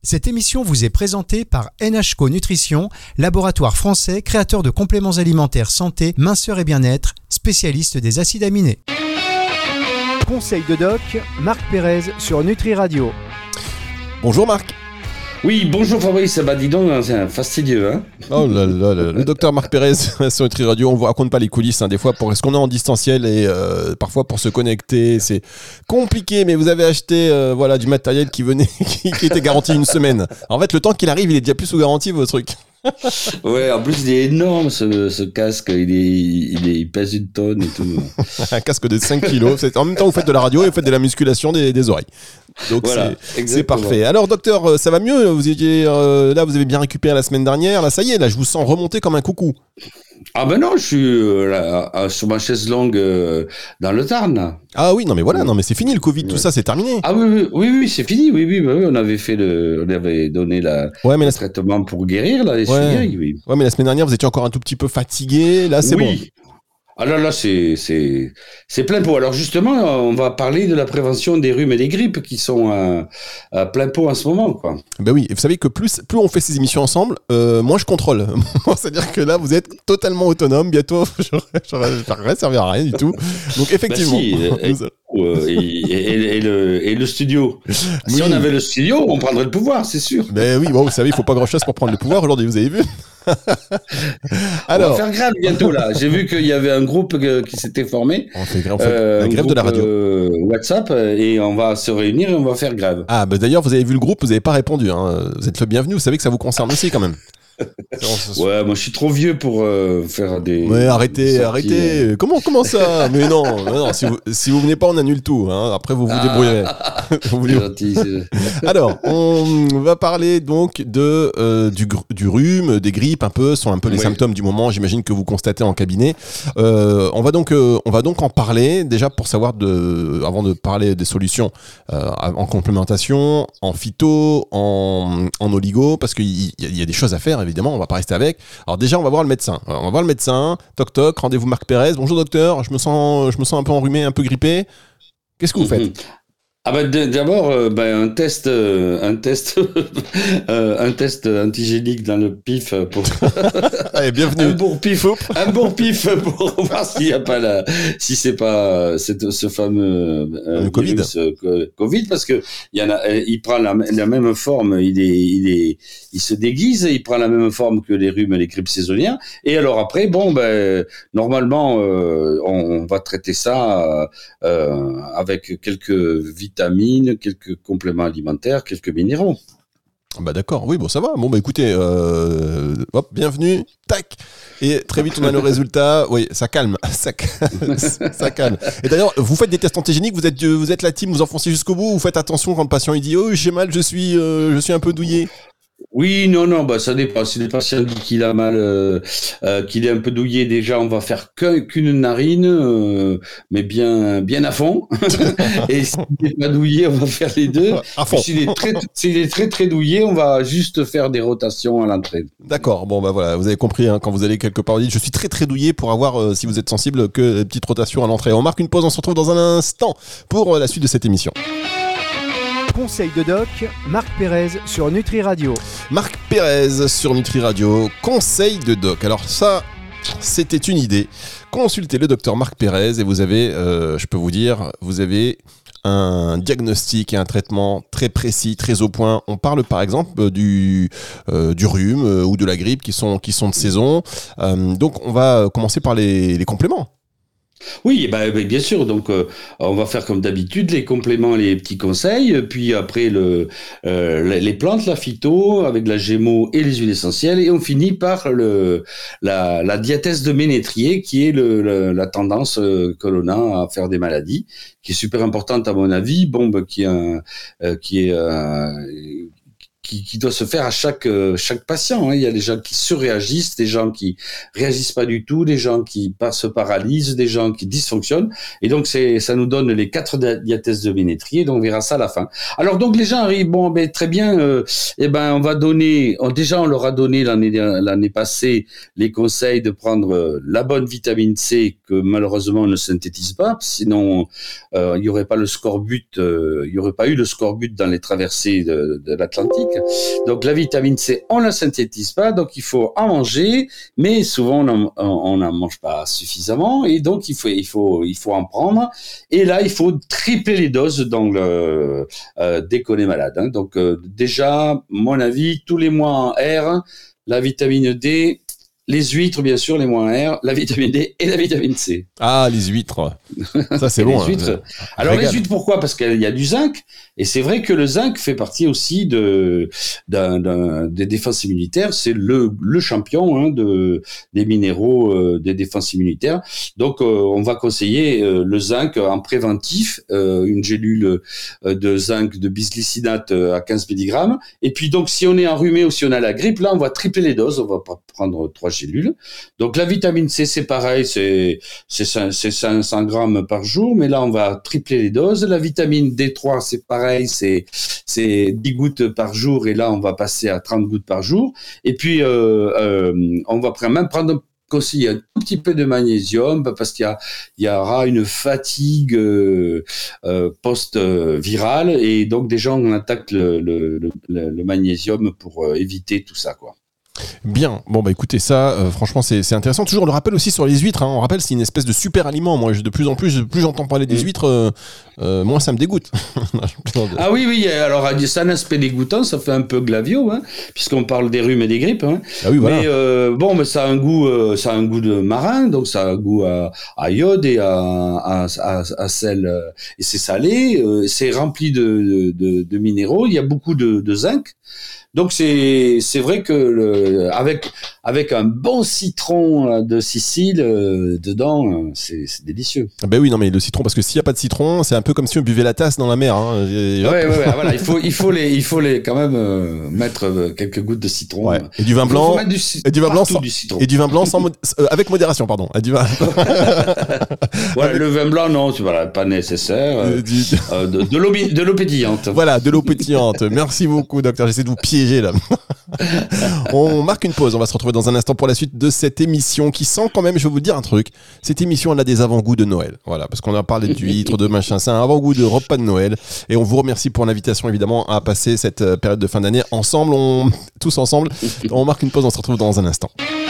Cette émission vous est présentée par NHCO Nutrition, laboratoire français créateur de compléments alimentaires santé, minceur et bien-être, spécialiste des acides aminés. Conseil de doc, Marc Pérez sur Nutri Radio. Bonjour Marc. Oui, bonjour Fabrice, bah dis donc, c'est fastidieux, hein. Oh là là, le docteur Marc Pérez sur Nutri Radio, on vous raconte pas les coulisses, des fois, parce qu'on est en distanciel et parfois pour se connecter, c'est compliqué, mais vous avez acheté du matériel qui était garanti une semaine. En fait, le temps qu'il arrive, il est déjà plus sous garantie, votre truc. Ouais, en plus il est énorme ce casque, il pèse une tonne et tout. Un casque de 5 kilos. En même temps, vous faites de la radio et vous faites de la musculation des oreilles. Donc voilà, c'est parfait. Alors docteur, ça va mieux? Vous étiez là, vous avez bien récupéré la semaine dernière. Là, ça y est, là, je vous sens remonter comme un coucou. Ah ben non, je suis là, sur ma chaise longue dans le Tarn. Là. Ah oui, non mais voilà, non mais c'est fini le Covid, tout ça c'est terminé. Ah oui, c'est fini. Oui, on avait donné le traitement pour guérir là. Oui. Ouais, mais la semaine dernière vous étiez encore un tout petit peu fatigué. Là, c'est bon. Ah là, c'est plein pot. Alors justement, on va parler de la prévention des rhumes et des grippes qui sont à plein pot en ce moment, quoi. Ben oui, et vous savez que plus on fait ces émissions ensemble, moins je contrôle. C'est-à-dire que là, vous êtes totalement autonome. Bientôt, je ne servir à rien du tout. Donc effectivement. Et le studio. Si on avait le studio, on prendrait le pouvoir, c'est sûr. Ben oui, bon, vous savez, il faut pas grand-chose pour prendre le pouvoir aujourd'hui. Vous avez vu? Alors, on va faire grève bientôt là. J'ai vu qu'il y avait un groupe qui s'était formé. On fait la grève de la radio. WhatsApp et on va se réunir et on va faire grève. Ah bah d'ailleurs vous avez vu le groupe, vous n'avez pas répondu. Hein. Vous êtes le bienvenu. Vous savez que ça vous concerne aussi quand même. Ouais, moi je suis trop vieux pour faire des. Ouais, arrêtez. Comment ça? Mais non. Si vous venez pas, on annule tout. Hein. Après, vous débrouillerez. C'est gentil. Alors, on va parler donc du rhume, des grippes, sont un peu les symptômes du moment. J'imagine que vous constatez en cabinet. On va donc en parler déjà pour savoir avant de parler des solutions en complémentation, en phyto, en oligo, parce qu'il y a des choses à faire. Évidemment, on va pas rester avec. Alors déjà, on va voir le médecin. Toc toc, rendez-vous Marc Pérez. Bonjour docteur, je me sens un peu enrhumé, un peu grippé. Qu'est-ce que vous faites? Ah ben d'abord un test antigénique dans le pif pour allez, bienvenue. un bon pif pour voir s'il y a pas si c'est pas ce fameux virus Covid, parce que il prend la même forme, il se déguise, il prend la même forme que les rhumes et les grippes saisonnières, et alors après normalement on va traiter ça avec quelques vitamines, quelques compléments alimentaires, quelques minéraux. Bah d'accord, oui, bon ça va. Bon bah écoutez, bienvenue, tac. Et très vite on a le résultat. Oui, ça calme, ça calme. Et d'ailleurs, vous faites des tests antigéniques, vous êtes la team, vous enfoncez jusqu'au bout, vous faites attention quand le patient il dit oh j'ai mal, je suis un peu douillé. Oui, non, ça dépend. Si le patient dit qu'il a mal, qu'il est un peu douillé, déjà, on va faire qu'une narine, mais bien à fond. Et s'il n'est pas douillé, on va faire les deux. À fond. S'il est très, très douillé, on va juste faire des rotations à l'entrée. D'accord. Bon, bah voilà, vous avez compris, quand vous allez quelque part, vous dites, je suis très, très douillé pour avoir, si vous êtes sensible, que des petites rotations à l'entrée. On marque une pause, on se retrouve dans un instant pour la suite de cette émission. Conseil de doc, Marc Pérez sur Nutri Radio. Marc Pérez sur Nutri Radio, conseil de doc. Alors ça, c'était une idée. Consultez le docteur Marc Pérez et vous avez, je peux vous dire, vous avez un diagnostic et un traitement très précis, très au point. On parle par exemple du rhume ou de la grippe qui sont de saison. Donc on va commencer par les compléments. Oui, bien sûr. Donc, on va faire comme d'habitude les compléments, les petits conseils, puis après les plantes, la phyto avec la gémeaux et les huiles essentielles, et on finit par la diathèse de Ménétrier, qui est la tendance que l'on a à faire des maladies, qui est super importante à mon avis, qui doit se faire à chaque patient. Hein. Il y a des gens qui surréagissent, des gens qui réagissent pas du tout, des gens qui se paralysent, des gens qui dysfonctionnent. Et donc ça nous donne les 4 diathèses de Ménétrier. Donc on verra ça à la fin. Alors donc les gens arrivent, très bien. On va donner. Déjà on leur a donné l'année passée les conseils de prendre la bonne vitamine C que malheureusement on ne synthétise pas. Sinon il y aurait pas le scorbut. Il y aurait pas eu le scorbut dans les traversées de l'Atlantique. Donc la vitamine C, on la synthétise pas, donc il faut en manger, mais souvent on n'en mange pas suffisamment, et donc il faut en prendre. Et là, il faut tripler les doses dès qu'on est malade. Hein. Donc déjà, mon avis, tous les mois en R, la vitamine D. Les huîtres, bien sûr, les moins R, la vitamine D et la vitamine C. Ah, les huîtres. Ça, c'est bon. Les huîtres. Alors, les huîtres, pourquoi? Parce qu'il y a du zinc. Et c'est vrai que le zinc fait partie aussi des défenses immunitaires. C'est le champion des minéraux des défenses immunitaires. Donc, on va conseiller le zinc en préventif, une gélule de zinc de bisglycinate à 15 mg. Et puis, donc, si on est enrhumé ou si on a la grippe, là, on va tripler les doses. On va pas prendre 3 gélules. Donc la vitamine C, c'est pareil, c'est 500 grammes par jour, mais là on va tripler les doses. La vitamine D3, c'est pareil, c'est 10 gouttes par jour, et là on va passer à 30 gouttes par jour. Et puis on va même prendre aussi un tout petit peu de magnésium, parce qu'il y aura une fatigue post-virale, et donc déjà on attaque le magnésium pour éviter tout ça, quoi. Bien, bon bah écoutez ça, franchement c'est intéressant. Toujours le rappel aussi sur les huîtres, hein. On rappelle, c'est une espèce de super aliment. Moi de plus en plus j'entends parler des huîtres, moins ça me dégoûte. Ah oui, alors ça a un aspect dégoûtant, ça fait un peu glavio, hein, puisqu'on parle des rhumes et des grippes. Hein. Ah oui, voilà. Mais ça a un goût de marin, donc ça a un goût à iode et à sel, et c'est salé, c'est rempli de minéraux, il y a beaucoup de zinc. Donc c'est vrai que avec un bon citron de Sicile dedans, c'est délicieux. Ben oui, non mais le citron, parce que s'il y a pas de citron, c'est un peu comme si on buvait la tasse dans la mer. Hein. Ouais, voilà, il faut les quand même mettre quelques gouttes de citron. Ouais. Et du vin blanc. Et du vin blanc avec modération, pardon. Et du vin. Voilà, le vin blanc, non, voilà, pas nécessaire. De l'eau pétillante. Voilà, de l'eau pétillante. Merci beaucoup, docteur. J'essaie de vous piéger là. On marque une pause. On va se retrouver dans un instant pour la suite de cette émission qui sent quand même, je vais vous dire un truc. Cette émission, elle a des avant-goûts de Noël. Voilà, parce qu'on a parlé d'huîtres, de machin. C'est un avant-goût de repas de Noël. Et on vous remercie pour l'invitation, évidemment, à passer cette période de fin d'année ensemble. Tous ensemble. On marque une pause. On se retrouve dans un instant.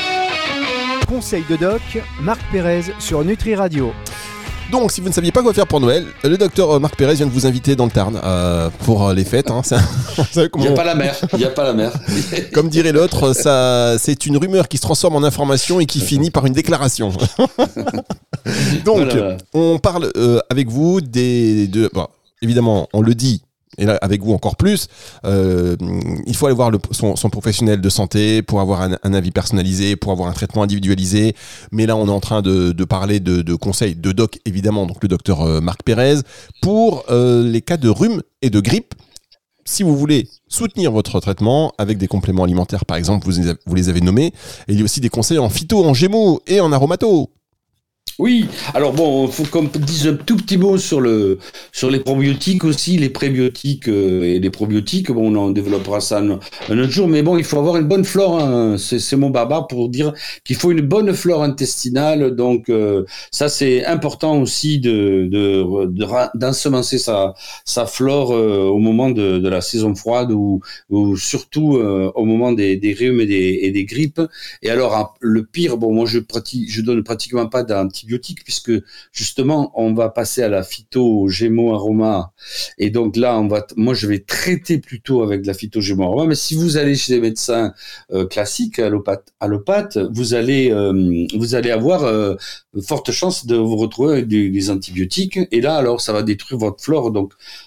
Conseil de doc, Marc Pérez sur Nutri Radio. Donc, si vous ne saviez pas quoi faire pour Noël, le docteur Marc Pérez vient de vous inviter dans le Tarn pour les fêtes. Hein. Il n'y a pas la mer. Comme dirait l'autre, c'est une rumeur qui se transforme en information et qui finit par une déclaration. Donc, voilà. On parle avec vous bon, évidemment, on le dit. Et là, avec vous encore plus, il faut aller voir son professionnel de santé pour avoir un avis personnalisé, pour avoir un traitement individualisé. Mais là, on est en train de parler de conseils de doc, évidemment, donc le docteur Marc Pérez, pour les cas de rhume et de grippe. Si vous voulez soutenir votre traitement avec des compléments alimentaires, par exemple, vous les avez nommés. Et il y a aussi des conseils en phyto, en gémeaux et en aromato. Oui, alors bon, il faut qu'on dise un tout petit mot sur les probiotiques aussi, les prébiotiques et les probiotiques. Bon, on développera ça un autre jour, mais bon, il faut avoir une bonne flore. Hein. C'est mon baba pour dire qu'il faut une bonne flore intestinale. Donc ça, c'est important aussi d'ensemencer sa flore au moment de la saison froide ou surtout au moment des rhumes et des grippes. Et alors le pire, bon, moi je donne pratiquement pas d'antibiotiques, puisque justement on va passer à la phyto gémeaux aroma, et donc là moi je vais traiter plutôt avec la phyto gémeaux aroma. Mais si vous allez chez des médecins classiques allopathes, vous allez avoir forte chance de vous retrouver avec des antibiotiques, et là alors ça va détruire votre flore. Donc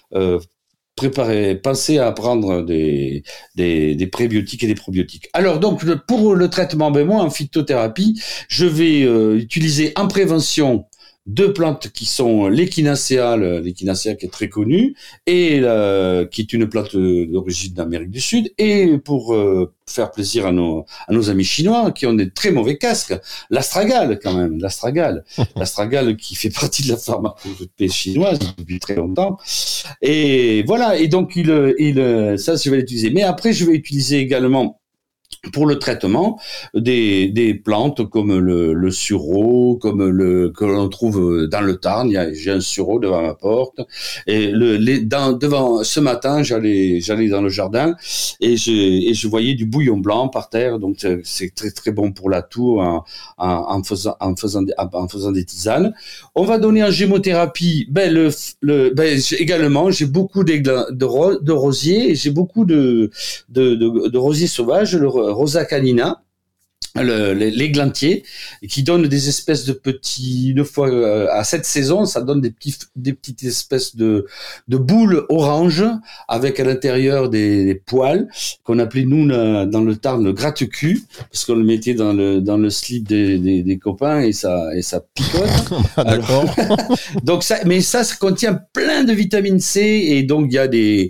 pensez à prendre des prébiotiques et des probiotiques. Alors donc pour le traitement, moi en phytothérapie, je vais utiliser en prévention 2 plantes qui sont l'échinacea qui est très connue, et qui est une plante d'origine d'Amérique du Sud, et pour faire plaisir à nos amis chinois qui ont des très mauvais casques, l'astragale quand même, l'astragale qui fait partie de la pharmacopée chinoise depuis très longtemps. Et voilà, et donc ça je vais l'utiliser. Mais après je vais utiliser également pour le traitement des plantes comme le sureau, que l'on trouve dans le Tarn. J'ai un sureau devant ma porte. Et devant ce matin, j'allais dans le jardin et je voyais du bouillon blanc par terre. Donc c'est très très bon pour la toux en faisant des tisanes. On va donner en gémothérapie. Également, j'ai beaucoup de rosiers et j'ai beaucoup de rosiers sauvages. Le Rosa canina, l'églantier, qui donne des espèces de petits, une fois à cette saison, ça donne des petites espèces de boules oranges avec à l'intérieur des poils qu'on appelait nous dans le Tarn le gratte-cul, parce qu'on le mettait dans le slip des copains et ça picote. D'accord. Donc ça contient plein de vitamine C et donc il y a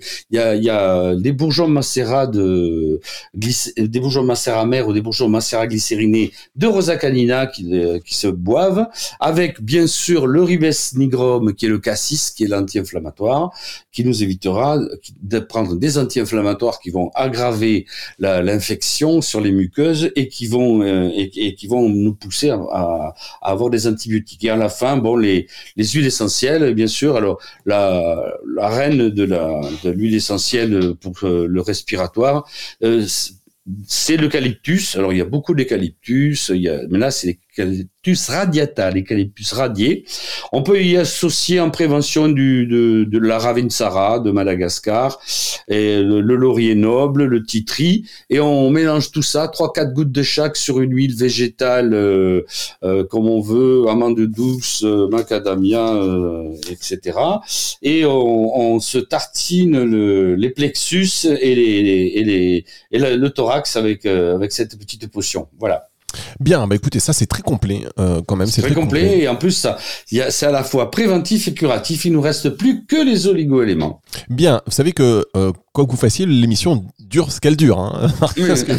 des bourgeons macérats des bourgeons macérats amers ou des bourgeons macérats glycérinés de Rosa canina qui se boivent, avec bien sûr le Ribes nigrum qui est le cassis, qui est l'anti-inflammatoire, qui nous évitera de prendre des anti-inflammatoires qui vont aggraver l'infection sur les muqueuses et qui vont nous pousser à avoir des antibiotiques. Et à la fin, les huiles essentielles, bien sûr. Alors la reine de l'huile essentielle pour le respiratoire, c'est l'eucalyptus. Alors il y a beaucoup d'eucalyptus, mais là c'est l'eucalyptus radiata, l'eucalyptus radié. On peut y associer en prévention de la Ravensara de Madagascar, et le laurier noble, le titri, et on mélange tout ça, 3-4 gouttes de chaque sur une huile végétale comme on veut, amande douce, macadamia, etc. Et on se tartine les plexus et le thorax avec cette petite potion. Voilà. Bien, écoutez, ça c'est très complet quand même. C'est très complet et en plus c'est à la fois préventif et curatif. Il nous reste plus que les oligo-éléments. Bien, vous savez que quoi que vous fassiez, l'émission dure ce qu'elle dure. Hein. Parce que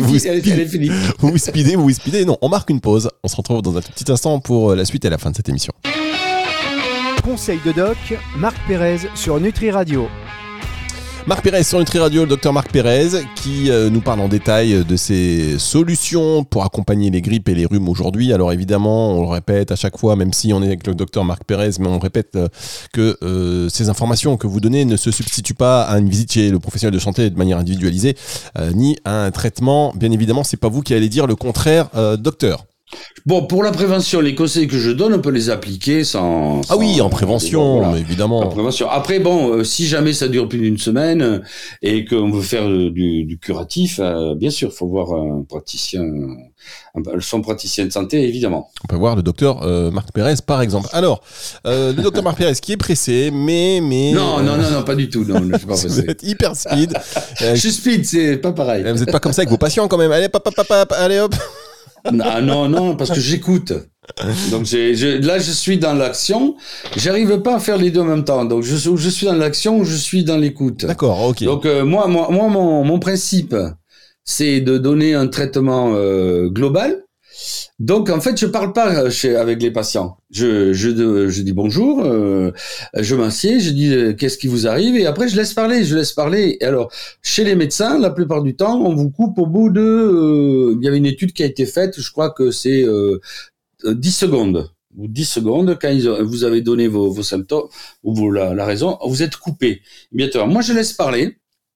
vous speedez. Non, on marque une pause. On se retrouve dans un tout petit instant pour la suite et la fin de cette émission. Conseil de doc, Marc Pérez sur Nutri Radio. Marc Pérez sur Nutri Radio, le docteur Marc Pérez qui nous parle en détail de ses solutions pour accompagner les grippes et les rhumes aujourd'hui. Alors évidemment, on le répète à chaque fois, même si on est avec le docteur Marc Pérez, mais on répète que ces informations que vous donnez ne se substituent pas à une visite chez le professionnel de santé de manière individualisée, ni à un traitement. Bien évidemment, c'est pas vous qui allez dire le contraire, docteur. Bon, pour la prévention, les conseils que je donne, on peut les appliquer sans en prévention, voilà. Évidemment. En prévention. Après, si jamais ça dure plus d'une semaine et qu'on veut faire du curatif, bien sûr, il faut voir un praticien, son praticien de santé, évidemment. On peut voir le docteur Marc Pérez, par exemple. Alors, le docteur Marc Pérez qui est pressé, mais... Non, pas du tout. Non, je suis pas pressé. Vous êtes hyper speed. Je suis speed, c'est pas pareil. Vous n'êtes pas comme ça avec vos patients quand même. Allez, allez hop. Non, parce que j'écoute. Donc là, je suis dans l'action. J'arrive pas à faire les deux en même temps. Donc je suis dans l'action ou je suis dans l'écoute. D'accord, ok. Donc moi, mon principe, c'est de donner un traitement global. Donc en fait, je parle pas avec les patients. Je dis bonjour, je m'assieds, je dis qu'est-ce qui vous arrive et après je laisse parler. Et alors chez les médecins, la plupart du temps, on vous coupe au bout de. Il y avait une étude qui a été faite, je crois que c'est 10 secondes. Ou 10 secondes, quand vous avez donné vos symptômes ou la raison, vous êtes coupé. Immédiatement. Moi, je laisse parler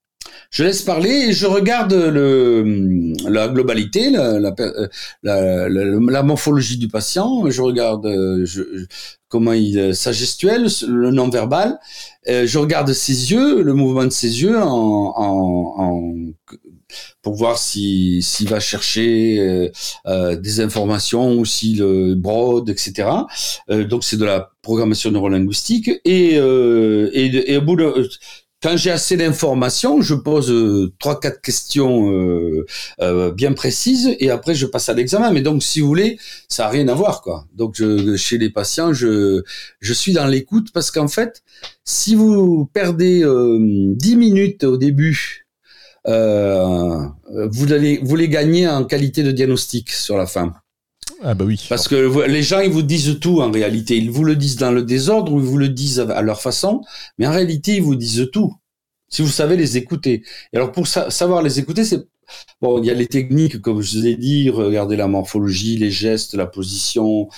et je regarde la globalité, la morphologie du patient. Je regarde comment sa gestuelle, le non-verbal. Je regarde ses yeux, le mouvement de ses yeux pour voir s'il va chercher des informations ou s'il brode, etc. Donc c'est de la programmation neurolinguistique et au bout de quand j'ai assez d'informations, je pose 3-4 questions bien précises et après je passe à l'examen. Mais donc, si vous voulez, ça n'a rien à voir, quoi. Donc, chez les patients, je suis dans l'écoute parce qu'en fait, si vous perdez 10 minutes au début, vous les gagnez en qualité de diagnostic sur la fin. Ah bah oui. Parce que les gens, ils vous disent tout en réalité. Ils vous le disent dans le désordre ou ils vous le disent à leur façon, mais en réalité, ils vous disent tout. si vous savez les écouter. Et alors pour savoir les écouter, bon, il y a les techniques, comme je vous ai dit, regarder la morphologie, les gestes, la position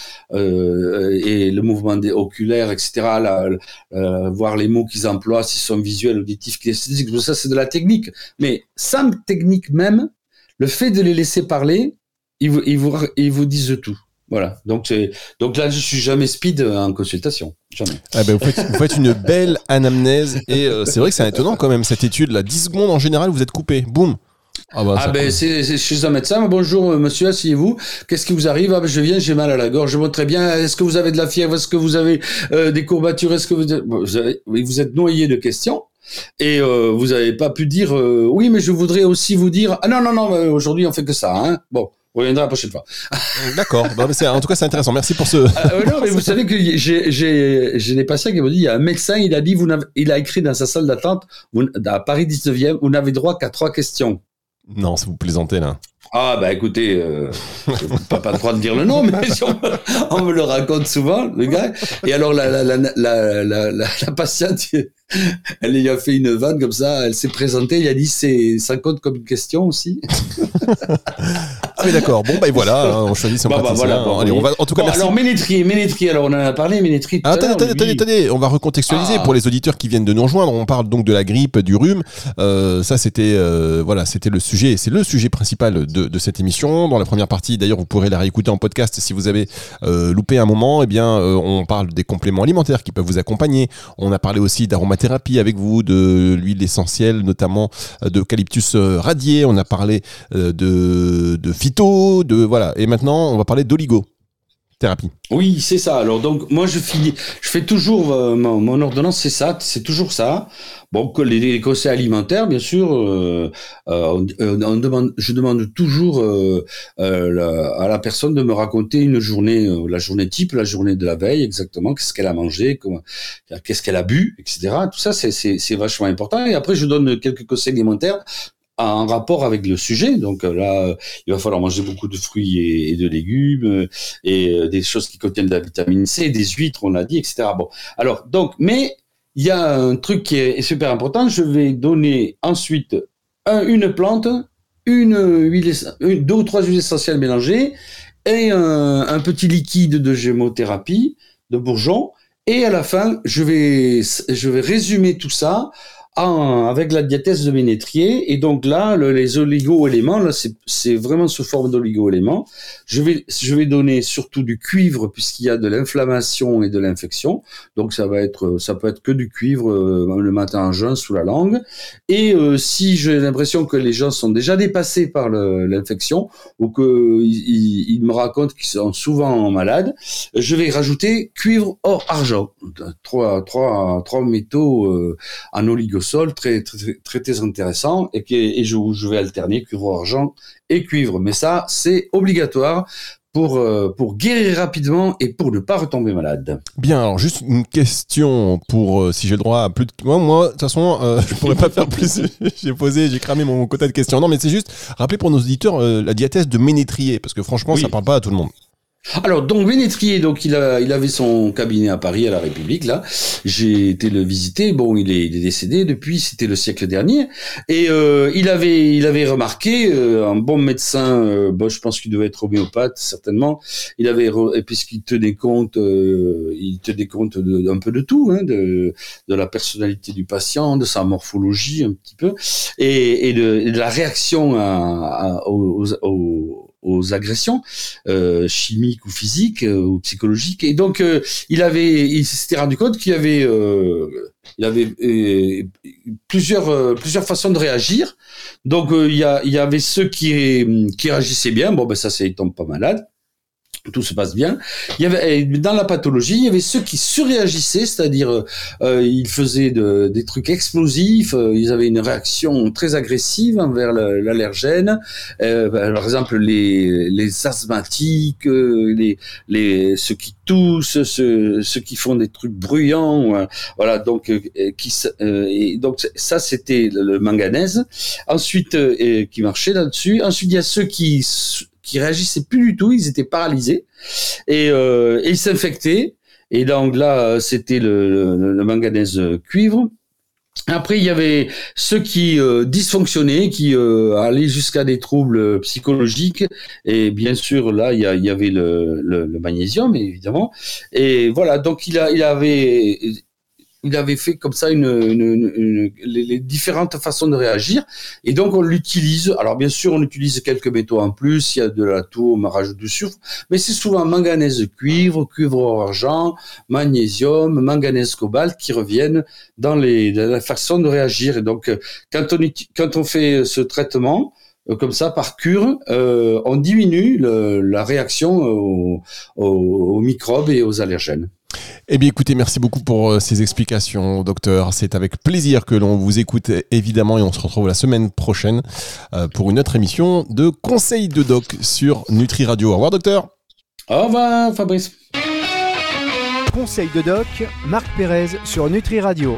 et le mouvement oculaire, etc. Voir les mots qu'ils emploient, s'ils sont visuels, auditifs, kinesthésiques. Tout ça, c'est de la technique. Mais sans technique même, le fait de les laisser parler, ils vous disent tout. Voilà. Donc là, je suis jamais speed en consultation. Jamais. Ah ben vous faites une belle anamnèse et c'est vrai que c'est étonnant quand même cette étude là. 10 secondes en général, vous êtes coupé. Boum. C'est chez un médecin. Bonjour monsieur, asseyez-vous. Qu'est-ce qui vous arrive? Je viens, j'ai mal à la gorge. Très bien. Est-ce que vous avez de la fièvre? Est-ce que vous avez des courbatures? Est-ce que vous êtes noyé de questions? Et vous n'avez pas pu dire oui, mais je voudrais aussi vous dire non, aujourd'hui on fait que ça. Hein. Bon. On reviendra la prochaine fois. D'accord. En tout cas, c'est intéressant. Merci pour ce. Non, mais vous savez que j'ai des patients qui m'ont dit, il y a un médecin, il a écrit dans sa salle d'attente, à Paris 19e, vous n'avez droit qu'à 3 questions. Non, vous plaisantez là. Ah bah écoutez, pas le droit de dire le nom, mais on me le raconte souvent, le gars. Et alors la patiente, elle y a fait une vanne comme ça, elle s'est présentée, il a dit ça compte comme une question aussi. Ah mais d'accord, bon bah voilà, on choisit son praticien. Voilà, bon, allez, on va, en tout cas, merci. Alors Ménétrie, alors on en a parlé, Ménétrie. Attendez, on va recontextualiser pour les auditeurs qui viennent de nous rejoindre. On parle donc de la grippe, du rhume. Ça c'était c'était le sujet, c'est le sujet principal de cette émission. Dans la première partie, d'ailleurs, vous pourrez la réécouter en podcast si vous avez loupé un moment. Eh bien, on parle des compléments alimentaires qui peuvent vous accompagner. On a parlé aussi d'aromathérapie avec vous, de l'huile essentielle, notamment d'eucalyptus radié. On a parlé de phyto, voilà. Et maintenant, on va parler d'oligothérapie. Oui, c'est ça. Alors donc, moi, je fais toujours mon ordonnance, c'est toujours ça. Bon, que les conseils alimentaires, bien sûr, je demande toujours à la personne de me raconter une journée, la journée type, la journée de la veille, exactement, qu'est-ce qu'elle a mangé, qu'est-ce qu'elle a bu, etc. Tout ça, c'est vachement important. Et après, je donne quelques conseils alimentaires en rapport avec le sujet. Donc là, il va falloir manger beaucoup de fruits et de légumes et des choses qui contiennent de la vitamine C, des huîtres, on l'a dit, etc. Bon, alors donc, mais il y a un truc qui est super important. Je vais donner ensuite une plante, deux ou trois huiles essentielles mélangées et un petit liquide de gémothérapie, de bourgeon. Et à la fin, je vais résumer tout ça avec la diathèse de Ménétrier. Et donc là, les oligo-éléments, là, c'est vraiment sous forme d'oligo-éléments. Je vais donner surtout du cuivre puisqu'il y a de l'inflammation et de l'infection. Donc ça peut être que du cuivre le matin en jeûne sous la langue. Et si j'ai l'impression que les gens sont déjà dépassés par l'infection ou qu'ils me racontent qu'ils sont souvent malades, je vais rajouter cuivre or argent. Trois métaux en oligosol très intéressant et je vais alterner cuivre argent et cuivre, mais ça c'est obligatoire pour guérir rapidement et pour ne pas retomber malade. Bien, alors juste une question pour si j'ai le droit à plus de moi de toute façon je pourrais pas faire plus. J'ai cramé mon quota de questions. Non mais c'est juste rappeler pour nos auditeurs la diathèse de Ménétrier parce que franchement ça parle pas à tout le monde. Alors donc Ménétrier, donc il avait son cabinet à Paris à la République là. J'ai été le visiter. Bon, il est décédé depuis, c'était le siècle dernier. Et il avait remarqué un bon médecin. Je pense qu'il devait être homéopathe certainement. Et puisqu'il tenait compte, un peu de tout, hein, de la personnalité du patient, de sa morphologie un petit peu, et de la réaction aux agressions chimiques ou physiques ou psychologiques. Et donc il s'était rendu compte qu'il y avait plusieurs façons de réagir. Donc il y avait ceux qui réagissaient bien. Bon ben ça, ils tombent pas malades. Tout se passe bien. Il y avait dans la pathologie, il y avait ceux qui surréagissaient, c'est-à-dire ils faisaient des trucs explosifs, ils avaient une réaction très agressive envers l'allergène. Par exemple, les asthmatiques, ceux qui toussent, ceux qui font des trucs bruyants, voilà. Donc donc ça c'était le manganèse. Ensuite, qui marchait là-dessus. Ensuite, il y a ceux qui réagissaient plus du tout, ils étaient paralysés et ils s'infectaient. Et donc là, c'était le manganèse cuivre. Après, il y avait ceux qui dysfonctionnaient, qui allaient jusqu'à des troubles psychologiques. Et bien sûr, là, il y avait le magnésium, évidemment. Et voilà, donc il avait fait comme ça les différentes façons de réagir. Et donc, on l'utilise. Alors, bien sûr, on utilise quelques métaux en plus. Il y a de l'atome, on rajoute du soufre. Mais c'est souvent manganèse cuivre, cuivre argent, magnésium, manganèse cobalt qui reviennent dans la façon de réagir. Et donc, quand on fait ce traitement, comme ça, par cure, on diminue la réaction aux microbes et aux allergènes. Eh bien, écoutez, merci beaucoup pour ces explications, docteur. C'est avec plaisir que l'on vous écoute, évidemment, et on se retrouve la semaine prochaine pour une autre émission de Conseil de Doc sur Nutri Radio. Au revoir, docteur. Au revoir, Fabrice. Conseil de Doc, Marc Pérez sur Nutri Radio.